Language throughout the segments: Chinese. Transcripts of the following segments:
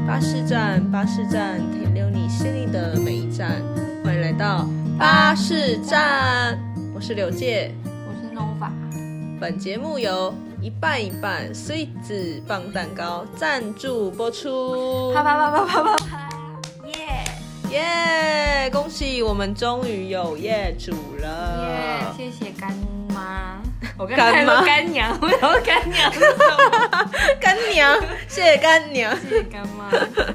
巴士站，巴士站，停留你心里的每一站。欢迎来到巴士站，我是刘介， 我是 Nova。 本节目由一半一半 Sweets 棒蛋糕赞助播出。 啪啪啪啪啪啪啪！耶耶！恭喜我们终于有业主耶！ 了。 谢谢干妈。我刚干妈才说干娘，我想说干娘是什么？ 干娘，谢谢干娘。 谢谢干妈。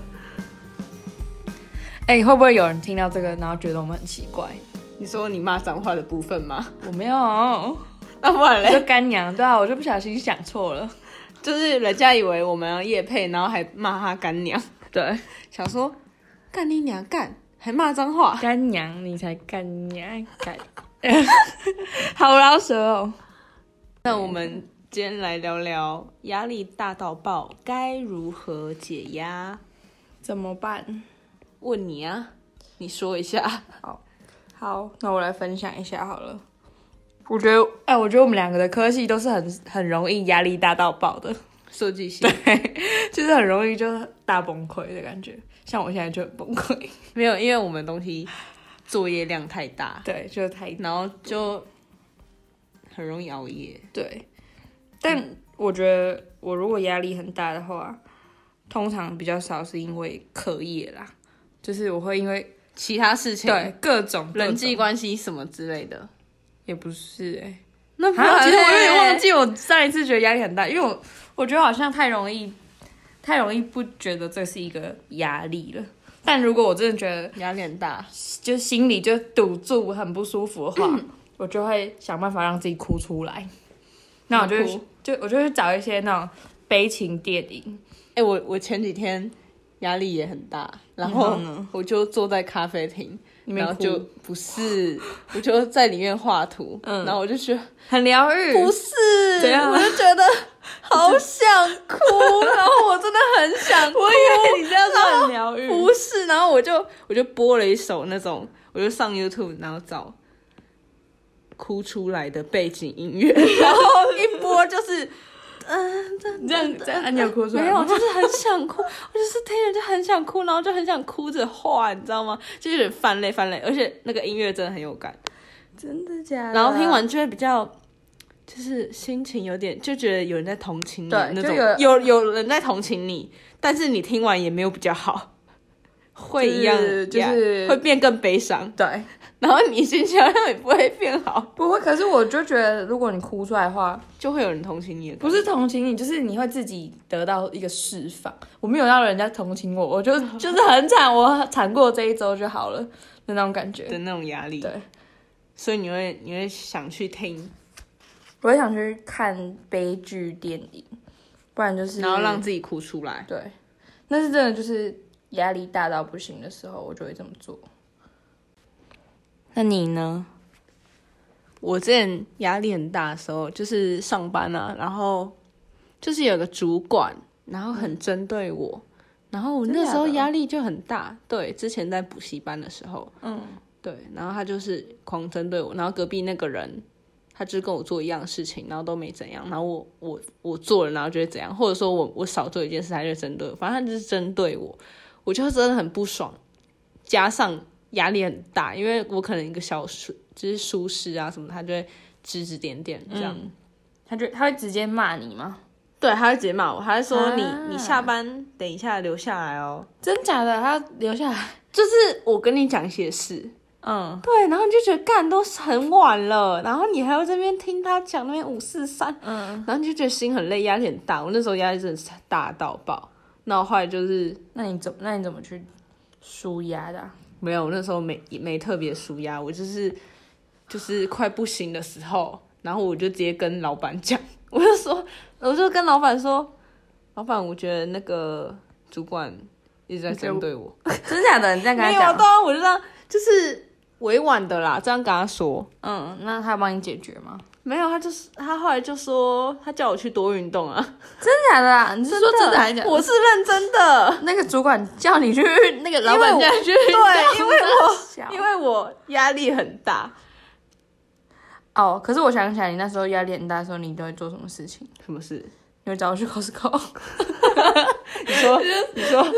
会不会有人听到这个，然后觉得我们很奇怪？ 你说你骂脏话的部分吗？ 我没有， 那不然我说嘞？ 干娘，对啊，我就不小心想错了。 就是人家以为我们要业配，然后还骂他干娘， 对， 想说干你娘干，还骂脏话。 干娘你才干娘干，好饶舌哦。 那我们今天来聊聊压力大到爆，该如何解压？ 怎么办？ 问你啊，你说一下。 好，那我来分享一下好了。我觉得我们两个的科系都是很容易压力大到爆的， 设计系对，就是很容易就大崩溃的感觉。像我现在就很崩溃， 没有，因为我们东西作业量太大， 对，就是太然后就很容易熬夜。 对。但我觉得我如果压力很大的话，通常比较少是因为课业啦，就是我会因为其他事情， 对各种人际关系什么之类的， 也不是那不其实我有点忘记。 记我上一次觉得压力很大，因为我觉得好像太容易不觉得这是一个压力了。但如果我真的觉得压力很大， 就心里就堵住很不舒服的话，我就会想办法让自己哭出来。那我就哭我就会找一些那种悲情电影。 我前几天压力也很大，然后呢我就坐在咖啡厅，然后哭就不是，我就在里面画图，然后我就觉得很疗愈， 不是， 怎样我就觉得好想哭，然后我真的很想哭， 我以为你这样说很疗愈， 不是，然后我就播了一首那种，我就上 YouTube， 然后找哭出来的背景音乐，然后一播就是。 你这样你有哭出来吗？ 没有，就是很想哭，我就是听着就很想哭，然后就很想哭着画，你知道吗？就有点泛泪，而且那个音乐真的很有感， 真的假的？ 然后听完就会比较，就是心情有点就觉得有人在同情你， 对那种就有人在同情你，但是你听完也没有比较好，会一样， 就是会变更悲伤， 对， 然后你心情好像也不会变好， 不会。可是我就觉得，如果你哭出来的话， 就会有人同情你的感觉， 不是同情你，就是你会自己得到一个释放。我没有让人家同情我，我就是很惨，我惨过这一周就好了的那种感觉的那种压力， 对， 所以你会想去听， 我会想去看悲剧电影，不然就是然后让自己哭出来。 对，那是真的就是压力大到不行的时候，我就会这么做。那你呢？ 我之前压力很大的时候，就是上班啊，然后就是有个主管，然后很针对我，然后我那时候压力就很大。对，之前在补习班的时候，对，然后他就是狂针对我，然后隔壁那个人，他就是跟我做一样的事情，然后都没怎样，然后我做了，然后就会怎样，或者说我少做一件事，他就针对我，反正他就是针对我，我就真的很不爽，加上压力很大，因为我可能一个小就是疏失啊什么，他就会指指点点这样。 他会直接骂你吗？ 对，他会直接骂我，他会说你、 啊你下班等一下留下来哦。 真假的？他要留下来？ 就是我跟你讲一些事， 对， 然后你就觉得干都很晚了，然后你还要这边听他讲那边543，然后你就觉得心很累，压力很大。我那时候压力真的是大到爆，那我后来就是那你怎么去舒压的没有，那时候没特别舒压，我就是快不行的时候，然后我就直接跟老板讲，我就跟老板说，老板，我觉得那个主管一直在针对我， 真假的？你这样跟他没有， 讲？ 对啊，我就这样，就是委婉的啦，这样跟他说。 那他帮你解决吗？ 没有，他后来就说，他叫我去多运动啊。 真假的啊？你是说真的还是假的？ 我是认真的。 那个主管叫你去，那个老板叫你去运动， 对，因为我压力很大。 哦，可是我想起来，你那时候压力很大的时候，你都会做什么事情？ 什么事？ 你会找我去 Costco？ 你说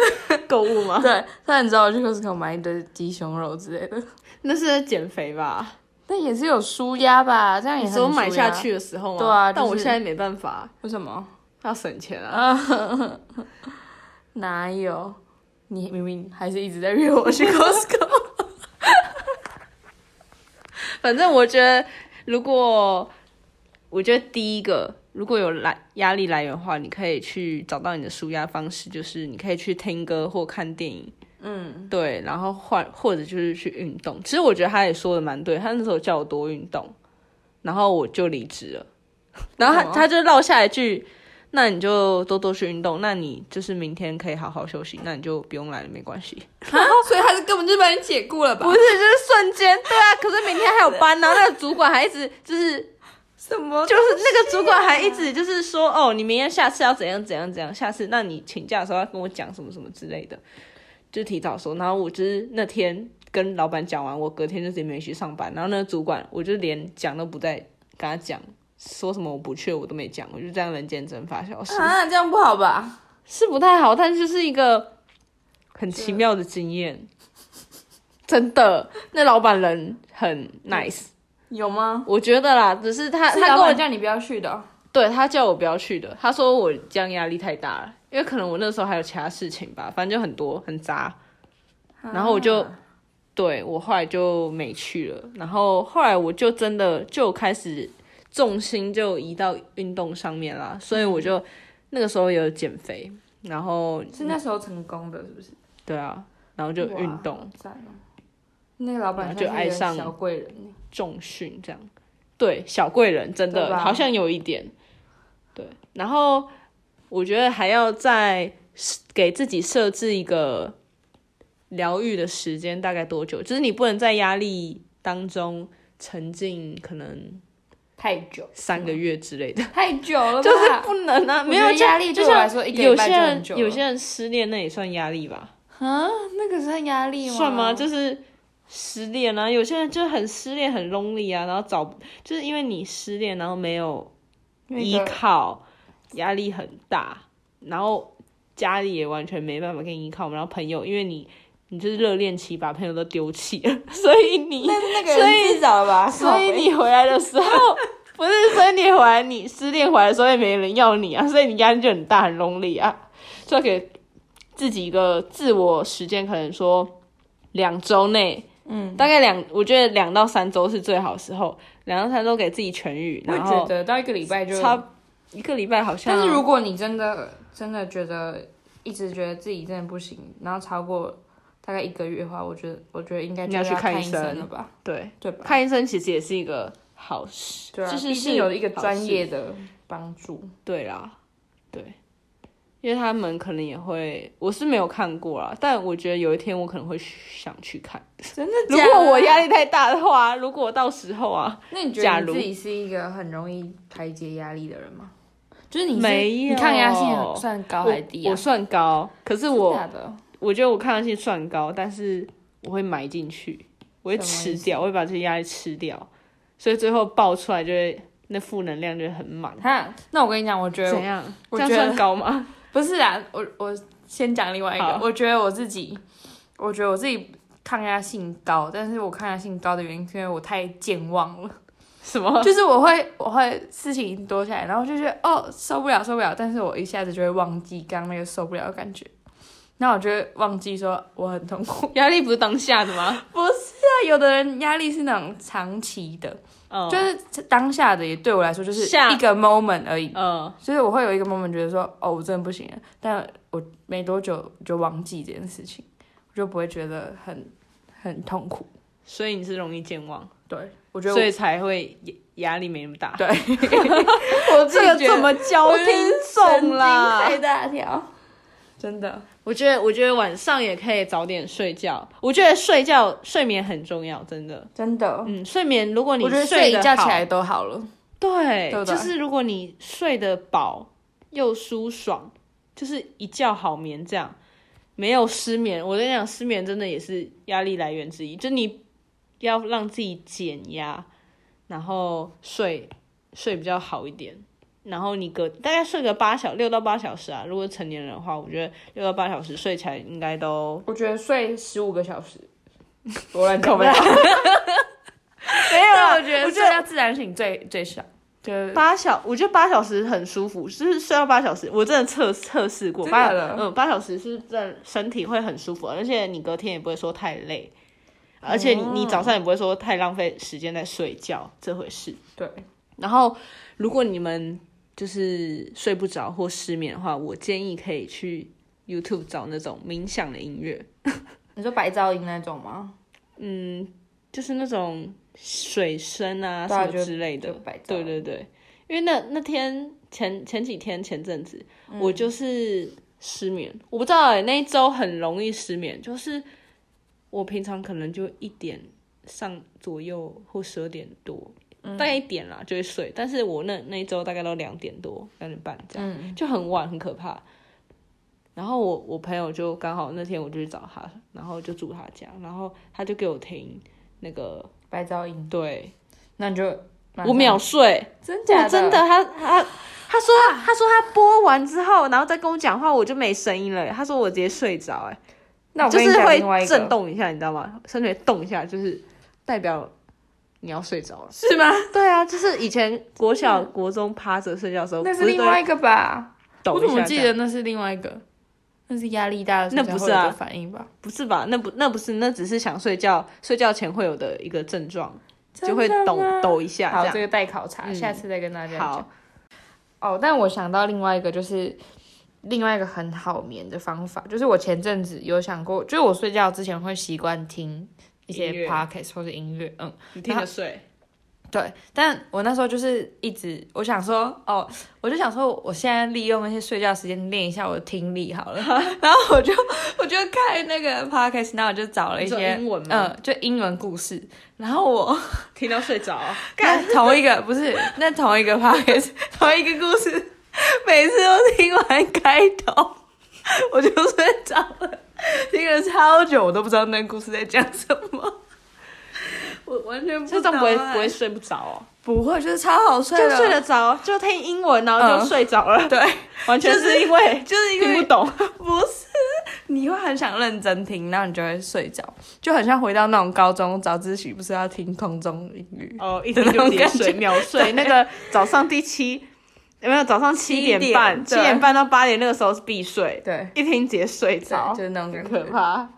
购物吗？ 对，他很知道我去 Costco 买一堆鸡胸肉之类的。 那是在减肥吧？ 但也是有舒压吧，这样也很舒压。 你说买下去的时候吗？ 对啊， 但我现在没办法。 为什么？ 要省钱啊！ 哪有？你明明还是一直在约我去 Costco。 反正我觉得，我觉得第一个，如果有压力来源的话，你可以去找到你的抒压方式，就是你可以去听歌或看电影。对，然后或者就是去运动。其实我觉得他也说的蛮对，他那时候叫我多运动，然后我就离职了。然后他就落下一句：“那你就多多去运动，那你就是明天可以好好休息，那你就不用来了，没关系。” 所以他是根本就把你解雇了吧？ 不是，就是瞬间。对啊，可是明天还有班，然后那个主管还一直就是什么？ 就是那个主管还一直就是说，哦，你明天下次要怎样怎样怎样，下次那你请假的时候要跟我讲什么什么之类的。就提早说，然后我就是那天跟老板讲完，我隔天就直接没去上班。然后那个主管，我就连讲都不再跟他讲，说什么我不去我都没讲，我就这样人间蒸发消失。 这样不好吧？ 是不太好，但是就是一个很奇妙的经验，真的。那老板人很 nice， 有吗？ 我觉得啦，只是他老板叫你不要去的。 对，他叫我不要去的，他说我这样压力太大了。因为可能我那时候还有其他事情吧，反正就很多很杂，然后我后来就没去了。然后后来我就真的就开始重心就移到运动上面啦，所以我就那个时候有减肥，然后是那时候成功的，是不是？ 对啊，然后就运动， 那个老板就爱上小贵人重训这样，对，小贵人真的好像有一点，对，然后。我觉得还要再给自己设置一个疗愈的时间，大概多久？就是你不能在压力当中沉浸，可能太久 ，3个月之类的， 太久了吧？ 就是不能啊，没有压力对我来说一个礼拜就很久了。 有些人失恋那也算压力吧？ 啊，那个算压力吗？ 算吗？就是失恋啊，有些人就很失恋，很 lonely 啊，然后就是因为你失恋，然后没有依靠。压力很大，然后家里也完全没办法跟你依靠，然后朋友，因为你就是热恋期把朋友都丢弃了，所以那个人自找吧， 所以你回来的时候不是，所以你回来你失恋回来的时候也没人要你啊，所以你压力就很大很 lonely 啊，所以给自己一个自我时间，可能说2周内，大概我觉得2到3周是最好的时候，2到3周给自己痊愈，然后我觉得到1个礼拜就 1个礼拜好像， 但是如果你真的觉得一直觉得自己真的不行，然后超过大概1个月的话，我觉得应该就要去看医生了吧？对吧？ 看医生其实也是一个好事， 对啊， 就是毕竟有一个专业的帮助。 对啦，对，因为他们可能也会，我是没有看过啦，但我觉得有一天我可能会想去看。 真的假的？ 如果我压力太大的话，如果到时候啊， 那你觉得你自己是一个很容易排解压力的人吗？就是你抗压性算高还是低啊？ 我算高，可是我觉得我抗压性算高，但是我会埋进去，我会吃掉，我会把这些压力吃掉，所以最后爆出来就会那负能量就会很满。 那我跟你讲，我觉得怎样？这样算高吗？ 不是啊，我先讲另外一个，我觉得我自己抗压性高，但是我抗压性高的原因是因为我太健忘了。 什么？ 就是我会事情多下来，然后就觉得受不了，但是我一下子就会忘记刚刚那个受不了的感觉，那我就会忘记说我很痛苦。 压力不是当下的吗？ 不是啊，有的人压力是那种长期的，就是当下的也对我来说就是一个 moment 而已。就是我会有一个 moment 觉得说我真的不行了，但我没多久就忘记这件事情，我就不会觉得很痛苦。 所以你是容易健忘。 对，我觉得所以才会压力没那么大。 对， 我这个怎么教听众啦？ 神经太大条，真的。 我觉得晚上也可以早点睡觉。我觉得睡眠很重要，真的。 真的。 睡眠如果你我觉得睡一觉起来都好了。 对，就是如果你睡得饱又舒爽，就是一觉好眠这样，没有失眠。我跟你讲，失眠真的也是压力来源之一，就你要让自己减压，然后睡比较好一点。 然后你大概睡个6到8小时啊。如果成年人的话，我觉得6到8小时睡起来应该都， 我觉得睡15个小时，我乱讲。没有，我觉得睡到自然醒最少。 我觉得8小时很舒服，就是睡到8小时，我真的测试过，8小时是真的身体会很舒服，而且你隔天也不会说太累，而且你早上也不会说太浪费时间在睡觉这回事。 对， 然后如果你们就是睡不着或失眠的话，我建议可以去 YouTube 找那种冥想的音乐。 你说白噪音那种吗？ 就是那种水声啊什么之类的。对对对，因为那天前几天前阵子，我就是失眠，我不知道那一周很容易失眠，就是我平常可能就1点上左右或12点多，大概1点啦就会睡，但是我那一周大概都2点多2点半这样，就很晚很可怕。然后我朋友就刚好那天我就去找他，然后就住他家，然后他就给我听那个白噪音。 对， 那你就我秒睡， 真假的？ 真的，他说他播完之后，然后再跟我讲话，我就没声音了。他说我直接睡着， 那我跟你讲另外一个， 就是会震动一下，你知道吗？身体动一下，就是代表你要睡着了， 是吗？ 对啊，就是以前国小国中趴着睡觉的时候， 那是另外一个吧？ 抖一下， 我怎么记得那是另外一个？那是压力大的时候才会有的反应吧？ 不是吧？那不是，那只是想睡觉前会有的一个症状，就会抖一下。 好，这个待考察，下次再跟大家讲。哦，但我想到另外一个，就是另外一个很好眠的方法，就是我前阵子有想过，就是我睡觉之前会习惯听一些 podcast 或者音乐， 你听着睡。 对，但我那时候就是我想说，我就想说，我现在利用那些睡觉时间练一下我的听力好了。然后我就看那个 podcast， 然后我就找了一些英文吗？ 就英文故事，然后我听到睡着。 看同一个不是，那同一个 podcast 同一个故事，每次都听完开头我就睡着了，听了超久，我都不知道那个故事在讲什么。我完全不知道， 这种不会睡不着哦？ 不会，就是超好睡的， 就睡得着，就听英文然后就睡着了。 对， 完全是因为听不懂， 不是，你会很想认真听，然后你就会睡着，就很像回到那种高中早自习不是要听空中英语一听就直接睡，秒睡。那个早上有没有早上7点半7点半到8点那个时候是必睡， 对， 一听直接睡着， 就是那种感觉， 可怕。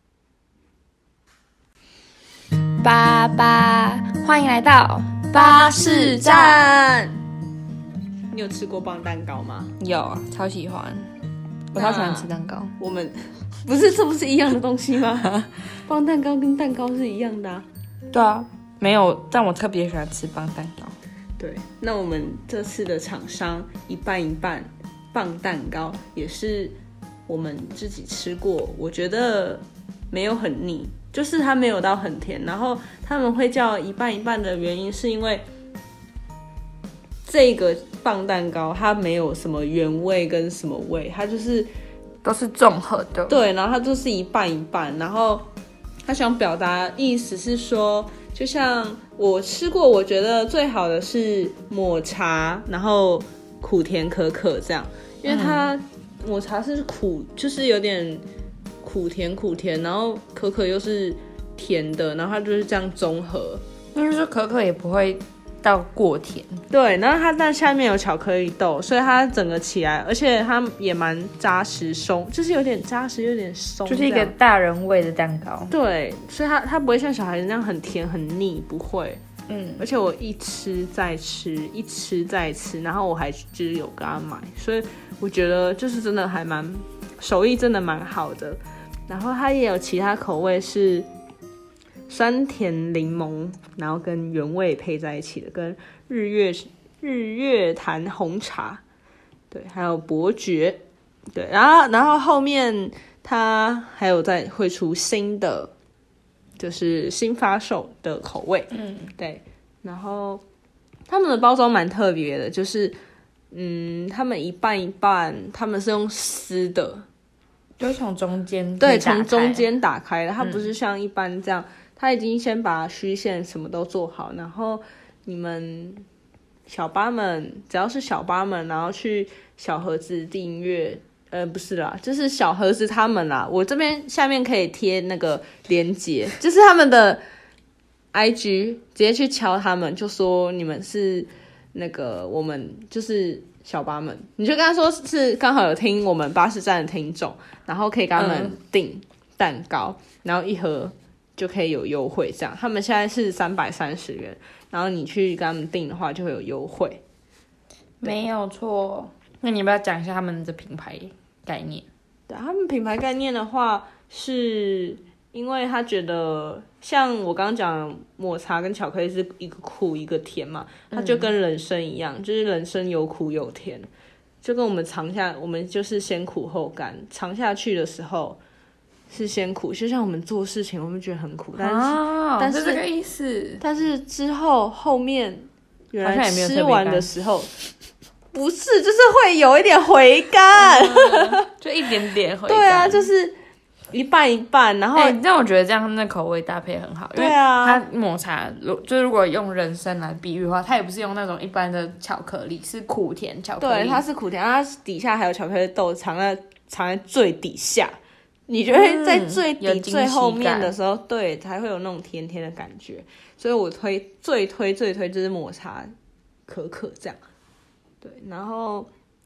爸爸，欢迎来到巴士站。 你有吃过棒蛋糕吗？ 有，超喜欢，我超喜欢吃蛋糕。 我们这不是一样的东西吗？棒蛋糕跟蛋糕是一样的啊。 对啊，没有，但我特别喜欢吃棒蛋糕。 对，那我们这次的厂商一半一半棒蛋糕也是我们自己吃过，我觉得没有很腻。就是它没有到很甜，然后他们会叫一半一半的原因是因为这个棒蛋糕它没有什么原味跟什么味，它就是都是综合的。 对，然后它就是一半一半，然后他想表达意思是说，就像我吃过，我觉得最好的是抹茶，然后苦甜可可这样，因为它抹茶是苦，就是有点苦甜，然后可可又是甜的，然后它就是这样综合。 因为说可可也不会到过甜， 对，然后它但下面有巧克力豆，所以它整个起来，而且它也蛮扎实松，就是有点扎实，有点松， 就是一个大人味的蛋糕。 对，所以它不会像小孩子那样很甜很腻，不会。而且我一吃再吃，一吃再吃，然后我还就是有跟他买，所以我觉得就是真的还蛮手艺真的蛮好的。然后它也有其他口味是酸甜柠檬，然后跟原味配在一起的，跟日月潭红茶，对，还有伯爵，对，然后后面它还有再会出新的，就是新发售的口味，对，然后他们的包装蛮特别的，就是他们一半一半，他们是用撕的， 就是从中间对，从中间打开的，它不是像一般这样，它已经先把虚线什么都做好，然后你们小八们，只要是小八们，然后去小盒子订阅，不是啦，就是小盒子他们啦。我这边下面可以贴那个连结，就是他们的 IG， 直接去敲他们，就说你们是那个我们就是小八们，你就跟他说是刚好有听我们巴士站的听众，然后可以跟他们订蛋糕，然后一盒就可以有优惠，这样他们现在是330元。然后你去跟他们订的话，就会有优惠。 没有错。那你要不要讲一下他们的品牌概念？ 对，他们品牌概念的话，是因为他觉得像我刚刚讲抹茶跟巧克力是一个苦一个甜嘛，它就跟人生一样，就是人生有苦有甜，就跟我们我们就是先苦后甘，尝下去的时候是先苦，就像我们做事情，我们觉得很苦，但是这个意思。 但是之后面原来吃完的时候，不是，就是会有一点回甘， 就一点点回甘。 对啊，就是一半一半，然后但我觉得这样那口味搭配很好，因为它抹茶就是如果用人参来比喻的话，它也不是用那种一般的巧克力，是苦甜巧克力。 对，它是苦甜，它底下还有巧克力豆藏在最底下。你就会在最底最后面的时候，对，才会有那种甜甜的感觉。所以我最推就是抹茶可可这样。对，然后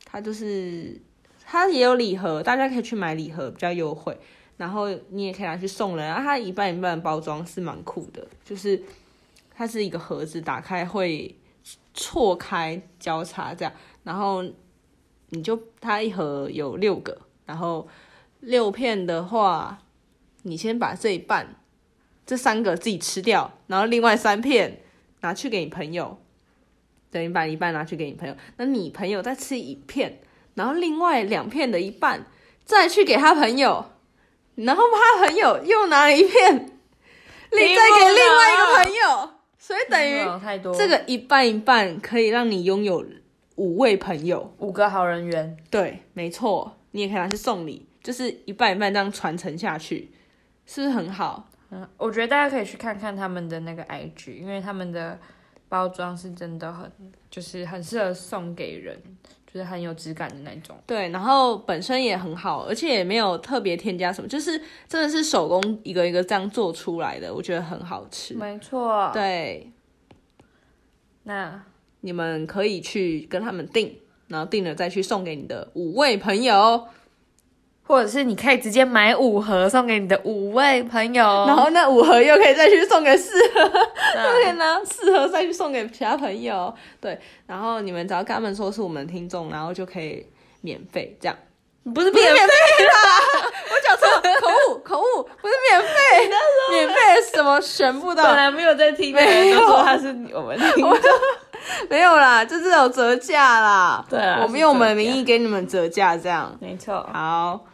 它也有礼盒，大家可以去买礼盒比较优惠。然后你也可以拿去送人，它一半一半的包装是蛮酷的，就是它是一个盒子，打开会错开交叉这样，然后它一盒有6个，然后6片的话，你先把这3个自己吃掉，然后另外3片拿去给你朋友，等于把一半拿去给你朋友，那你朋友再吃1片，然后另外2片的一半再去给他朋友，然后他朋友又拿了1片，再给另外一个朋友，所以等于这个一半一半可以让你拥有5位朋友 ，5个好人缘。 对，没错，你也可以拿去送礼。就是一半一半这样传承下去，是不是很好？ 我觉得大家可以去看看他们的那个 IG， 因为他们的包装是真的就是很适合送给人，就是很有质感的那种。 对，然后本身也很好，而且也没有特别添加什么，就是真的是手工一个一个这样做出来的，我觉得很好吃。 没错。 对，那你们可以去跟他们订，然后订了再去送给你的5位朋友。 或者是你可以直接买5盒送给你的5位朋友， 然后那5盒又可以再去送给4盒，又可以拿4盒再去送给其他朋友。对，然后你们只要跟他们说是我们的听众，然后就可以免费这样。 不是免费啦， 我讲错了，口误，不是免费，免费什么全部的。 本来没有在听的人都说他是我们听众。 没有啦，就是有折价啦。 对啊， 我们用我们的名义给你们折价，这样没错。 好。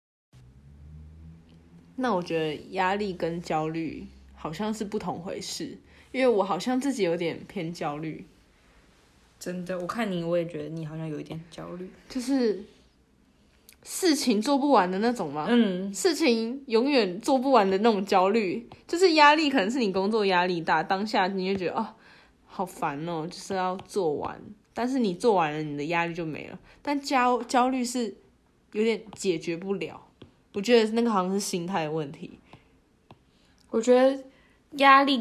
那我觉得压力跟焦虑好像是不同回事，因为我好像自己有点偏焦虑。 真的，我看你，我也觉得你好像有一点焦虑， 就是事情做不完的那种吗？事情永远做不完的那种焦虑，就是压力可能是你工作压力大，当下你就觉得好烦哦，就是要做完，但是你做完了，你的压力就没了。但焦虑是有点解决不了。我觉得那个好像是心态的问题。 我觉得压力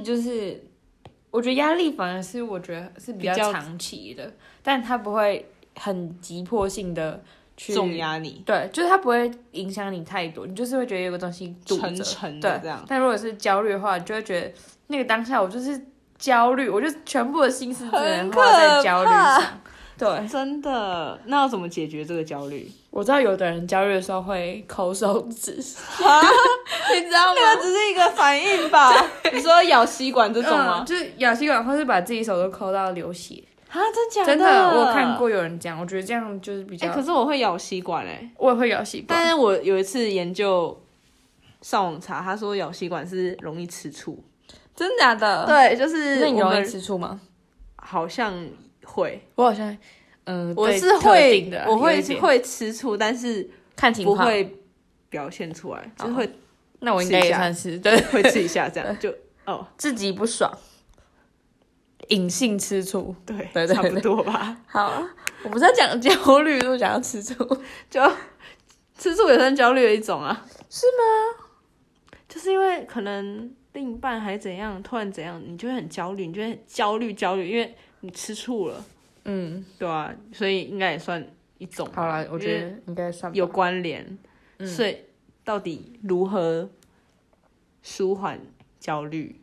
反而是我觉得是比较长期的，但它不会很急迫性的去重压你。 对，就是它不会影响你太多，你就是会觉得有个东西堵着， 沉的这样。 但如果是焦虑的话，你就会觉得那个当下我就是焦虑，我就全部的心思只能花在焦虑上。对， 真的。那要怎么解决这个焦虑？ 我知道有的人焦虑的时候会抠手指，你知道吗？ 那个只是一个反应吧。你说咬吸管这种吗？ 就是咬吸管，或是把自己手都抠到流血。 真假的？ 真的，我看过有人讲，我觉得这样就是比较。 可是我会咬吸管我也会咬吸管。 但是我有一次研究上网查，他说咬吸管是容易吃醋。 真假的？ 对，就是。 那你容易吃醋吗？ 好像会。 我好像。 我是会，我会吃醋，但是看情况不会表现出来，就是会。 那我应该也算是对， 会吃一下这样就自己不爽。 隐性吃醋， 对，差不多吧。 好，我不是要讲焦虑，我想要吃醋， 就吃醋也算焦虑的一种啊。 是吗？ 就是因为可能另一半还怎样，突然怎样，你就会很焦虑，你就会很焦虑，因为你吃醋了。对啊，所以应该也算一种。 好啦，我觉得应该算有关联。所以到底如何舒缓焦虑？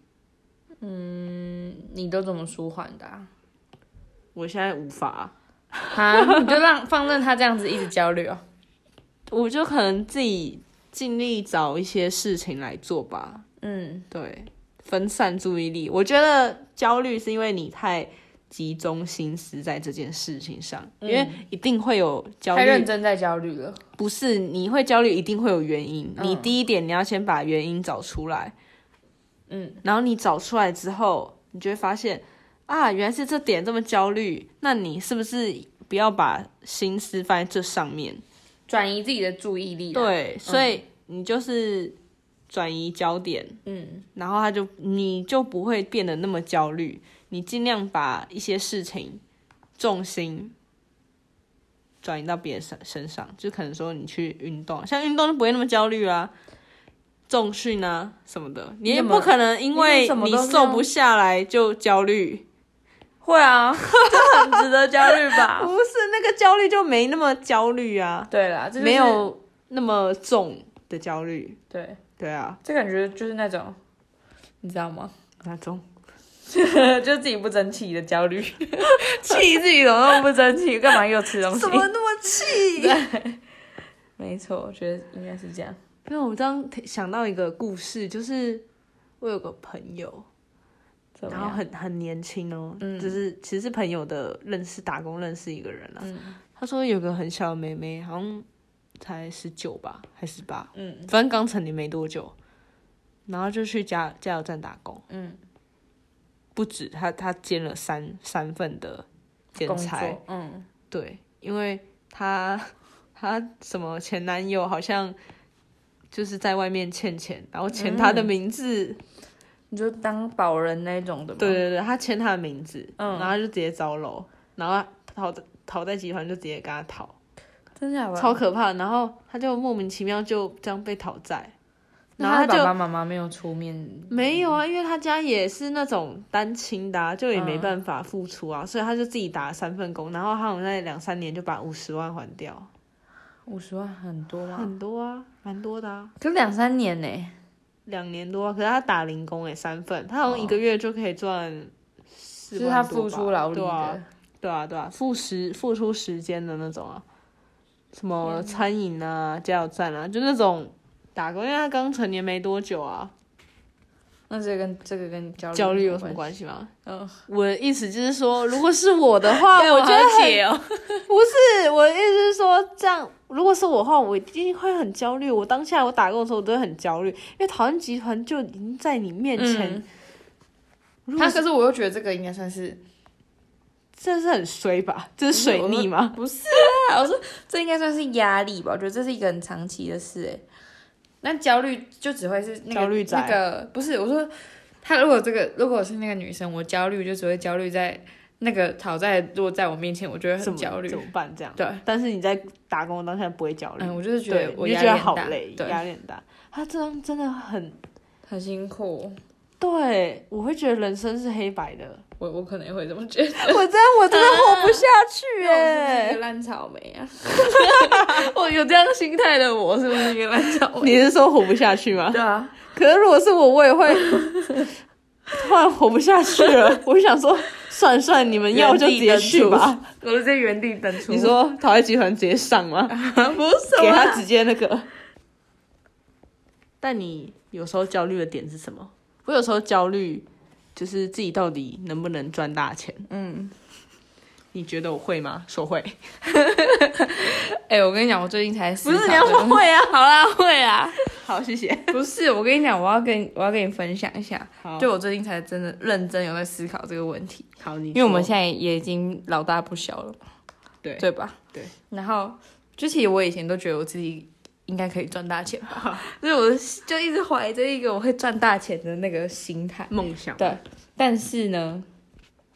你都怎么舒缓的啊？ 我现在无法。 你就放任他这样子一直焦虑哦。 我就可能自己尽力找一些事情来做吧。对，分散注意力。我觉得焦虑是因为你太集中心思在这件事情上，因为一定会有焦虑。 太认真在焦虑了。 不是，你会焦虑一定会有原因。你第一点你要先把原因找出来。然后你找出来之后，你就会发现啊，原来是这点这么焦虑，那你是不是不要把心思放在这上面， 转移自己的注意力？ 对，所以你就是转移焦点，然后你就不会变得那么焦虑，你尽量把一些事情重心转移到别人身上，就可能说你去运动，像运动就不会那么焦虑啊。重训啊什么的，你也不可能因为你瘦不下来就焦虑。 会啊，这很值得焦虑吧？ 不是，那个焦虑就没那么焦虑啊。 对啦，就是、 没有那么重的焦虑。对啊， 这感觉就是那种，你知道吗？ 那种就自己不争气的焦虑，气自己怎么那么不争气？干嘛又吃东西？ 怎么那么气？ 对，没错，我觉得应该是这样。 因为我刚想到一个故事，就是我有个朋友，然后很年轻哦，就是其实是朋友的打工认识一个人啊。他说有个很小的妹妹，好像才19吧，还18，反正刚成年没多久，然后就去加油站打工，不止他兼了三份的兼差，对，因为他什么前男友好像。就是在外面欠钱，然后签他的名字， 你就当保人那种的吗？ 对，他签他的名字，然后就直接招楼，然后讨债集团就直接跟他讨， 真假的？ 超可怕。然后他就莫名其妙就这样被讨债， 然后他爸爸妈妈没有出面？ 没有啊，因为他家也是那种单亲的啊，就也没办法付出啊，所以他就自己打了3份工，然后他好像在2-3年就把50万还掉。 50万很多吗？ 很多啊，蛮多的啊。 可2-3年呢 ？2年多啊，可是他打零工3份，他好像1个月就可以赚4万多吧。 就是他付出劳力的。 对啊，付出时间的那种啊，什么餐饮啊、加油站啊，就那种打工，因为他刚成年没多久啊。 那这个跟焦虑有什么关系吗？我的意思就是说，如果是我的话，我觉得不是我的意思是说，这样如果是我的话，我一定会很焦虑。我当下我打工的时候，我都会很焦虑，因为讨厌集团就已经在你面前。 可是我又觉得这个应该算是， 这是很衰吧？这是水逆吗？ 不是啊，我说这应该算是压力吧。我觉得这是一个很长期的事那焦虑就只会是焦虑仔。 那个不是我说，他如果是那个女生，我焦虑就只会焦虑在那个讨债如果在我面前，我就会很焦虑， 怎么办这样？ 对， 但是你在打工当下不会焦虑。 我就是觉得我压力很大，好累，压力很大。他这样真的很辛苦。 对，我会觉得人生是黑白的。 我可能也会这么觉得。 我真的活不下去耶！一个烂草莓啊！我有这样心态的我是不是一个烂草莓？ 你是说活不下去吗？ 对啊。 可是如果是我也会突然活不下去了。我就想说，算，你们要就直接去吧。 我就在原地等出。 你说讨债集团直接上吗？ 不是， 给他直接那个。但你有时候焦虑的点是什么？我有时候焦虑。就是自己到底能不能赚大钱？你觉得我会吗？说会。 我跟你讲，我最近才不是你要说会啊？ 好啦，会啊。 好，谢谢。 不是，我跟你讲，我要跟你分享一下。就我最近才真的认真有在思考这个问题。 好，因为我们现在也已经老大不小了，对吧？ 对。 然后，其实我以前都觉得我自己应该可以赚大钱吧，所以我就一直怀着一个我会赚大钱的那个心态梦想。 对，但是呢，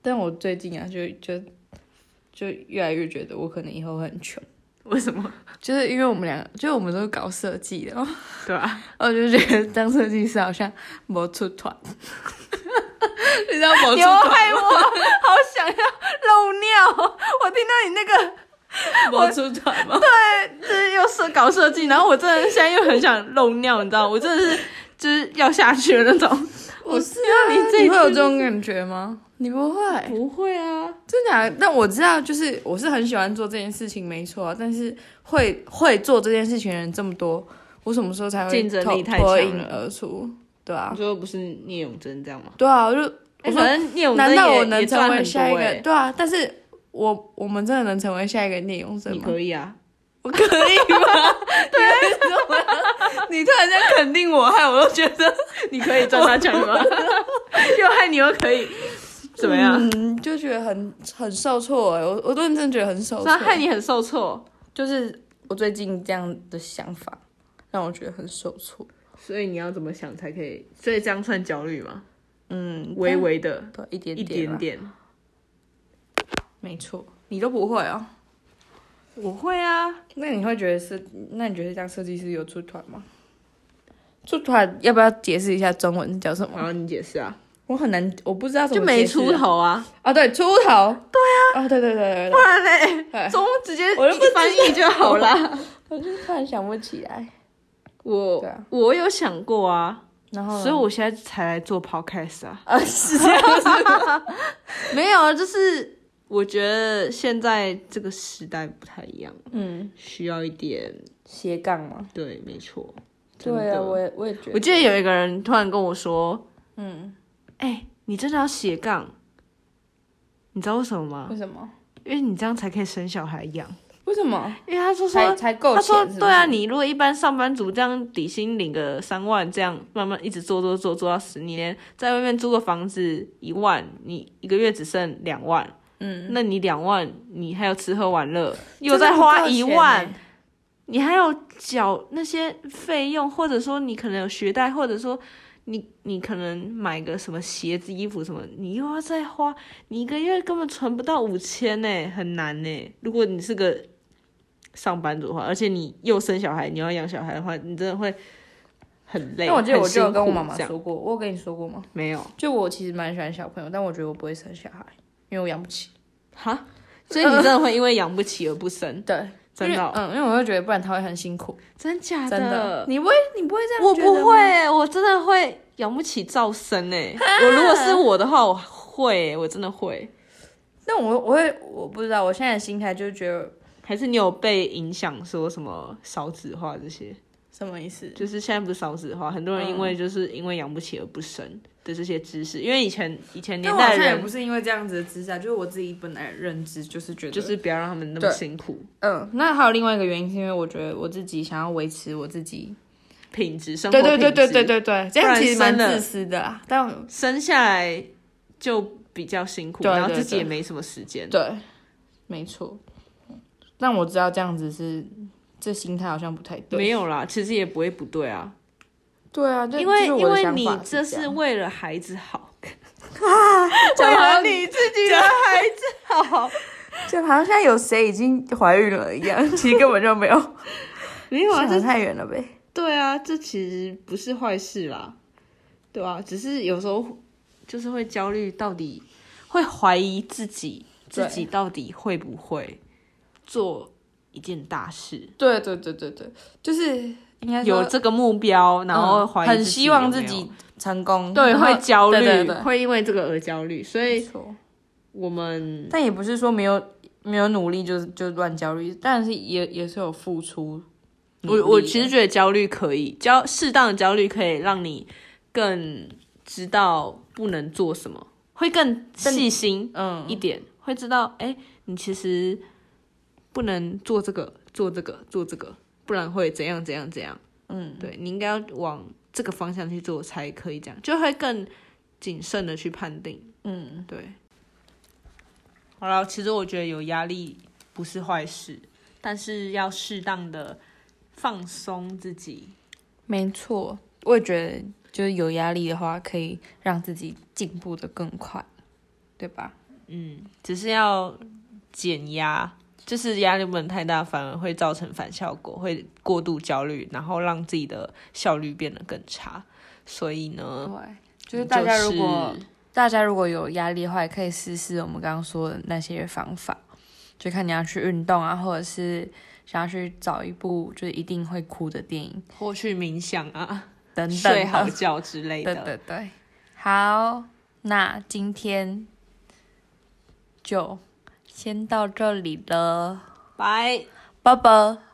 但我最近啊，就越来越觉得我可能以后会很穷。 为什么？ 就是因为我们都是搞设计的， 对啊， 我就觉得当设计师好像没出团。你知道没出团吗？ 你害我好想要漏尿。我听到你那个没出团吗？ 对，就是又搞设计，然后我真的现在又很想漏尿，你知道，我真的是就是要下去的那种。 我是啊，你会有这种感觉吗？你不会？ 不会啊， 真的假的？但我知道，就是我是很喜欢做这件事情，没错啊。但是会做这件事情的人这么多，我什么时候才会竞争力太脱颖而出？对啊， 你说不是聂永真这样吗？ 对啊，我说聂永真难道我能成为下一个？ 欸、 对啊，但是我们真的能成为下一个聂永真吗？ 你可以啊， 我可以吗？对，你突然间肯定我，害我都觉得你可以赚他钱吗？又害你又可以。怎么样？ 就觉得很受挫哎，我认真觉得很受挫。 害你很受挫， 就是我最近这样的想法让我觉得很受挫。 所以你要怎么想才可以？所以这样算焦虑吗？微微的， 对，一点点。 没错，你都不会哦。 我会啊。 那你会觉得那你觉得当设计师有出团吗？出团要不要解释一下中文叫什么？ 好，你解释啊。 我很难，我不知道怎么解释。就没出头啊！ 啊，对，出头。对啊。哦，对。不然嘞，中直接翻译就好啦。 我就突然想不起来。 我有想过啊， 然后所以我现在才来做 podcast 啊。 是这样子。 没有啊，就是我觉得现在这个时代不太一样，需要一点斜杠嘛。 对，没错。 对啊，我也觉得。 我记得有一个人突然跟我说，你真的要斜杠？你知道为什么吗？ 为什么？ 因为你这样才可以生小孩养。 为什么？ 因为他说才够钱。 他说对啊，你如果一般上班族这样底薪领个3万，这样慢慢一直做到10年，在外面租个房子1万，你一个月只剩2万，那你2万，你还有吃喝玩乐，又再花1万，你还有缴那些费用，或者说你可能有学贷，或者说你可能买个什么鞋子、衣服什么，你又要再花，你一个月根本存不到5000呢，很难呢。如果你是个上班族的话，而且你又生小孩，你要养小孩的话，你真的会很累。 但我记得我就有跟我妈妈说过，我有跟你说过吗？ 没有。 就我其实蛮喜欢小朋友，但我觉得我不会生小孩，因为我养不起。 哈？所以你真的会因为养不起而不生？ 对。 真的、 因为我会觉得不然他会很辛苦。 真假的？ 真的，你不会这样觉得吗？ 我不会，我真的会养不起照生欸。我如果是我的话，我会，我真的会。 但我不知道，我现在的心态就觉得， 还是你有被影响说什么少子化这些？ 什么意思？ 就是现在不是少子化，很多人因为养不起而不生的这些知识，因为以前年代的人也不是因为这样子的知识啊，就是我自己本来认知就是觉得， 就是不要让他们那么辛苦。 那还有另外一个原因是因为我觉得我自己想要维持我自己品质，生活品质。 对，这样其实蛮自私的啦。但生下来就比较辛苦，然后自己也没什么时间。 对，没错。但我知道这样子这心态好像不太对。 没有啦，其实也不会不对啊。 对啊， 因为你这是为了孩子好，为了你自己的孩子好， 就好像现在有谁已经怀孕了一样，其实根本就没有。 没有啊， 这太远了呗。 对啊，这其实不是坏事啦，对啊，只是有时候就是会焦虑，到底会怀疑自己到底会不会做一件大事。 对，就是应该有这个目标，然后怀疑很希望自己成功， 对，会焦虑， 对， 会因为这个而焦虑，所以我们但也不是说没有努力就乱焦虑，但是也是有付出。 我其实觉得焦虑可以适当的焦虑可以让你更知道不能做什么，会更细心一点，会知道你其实不能做这个，不然会怎样。对，你应该要往这个方向去做才可以，这样就会更谨慎的去判定。对。好了，其实我觉得有压力不是坏事，但是要适当的放松自己。 没错，我也觉得就是有压力的话，可以让自己进步的更快，对吧？ 只是要减压，就是压力不能太大，反而会造成反效果，会过度焦虑，然后让自己的效率变得更差。所以呢， 对，就是大家如果有压力的话，也可以试试我们刚刚说的那些方法，就看你要去运动啊，或者是想要去找一部就是一定会哭的电影， 或去冥想啊， 等等睡好觉之类的。 对，好，那今天就先到这里了， 拜拜拜。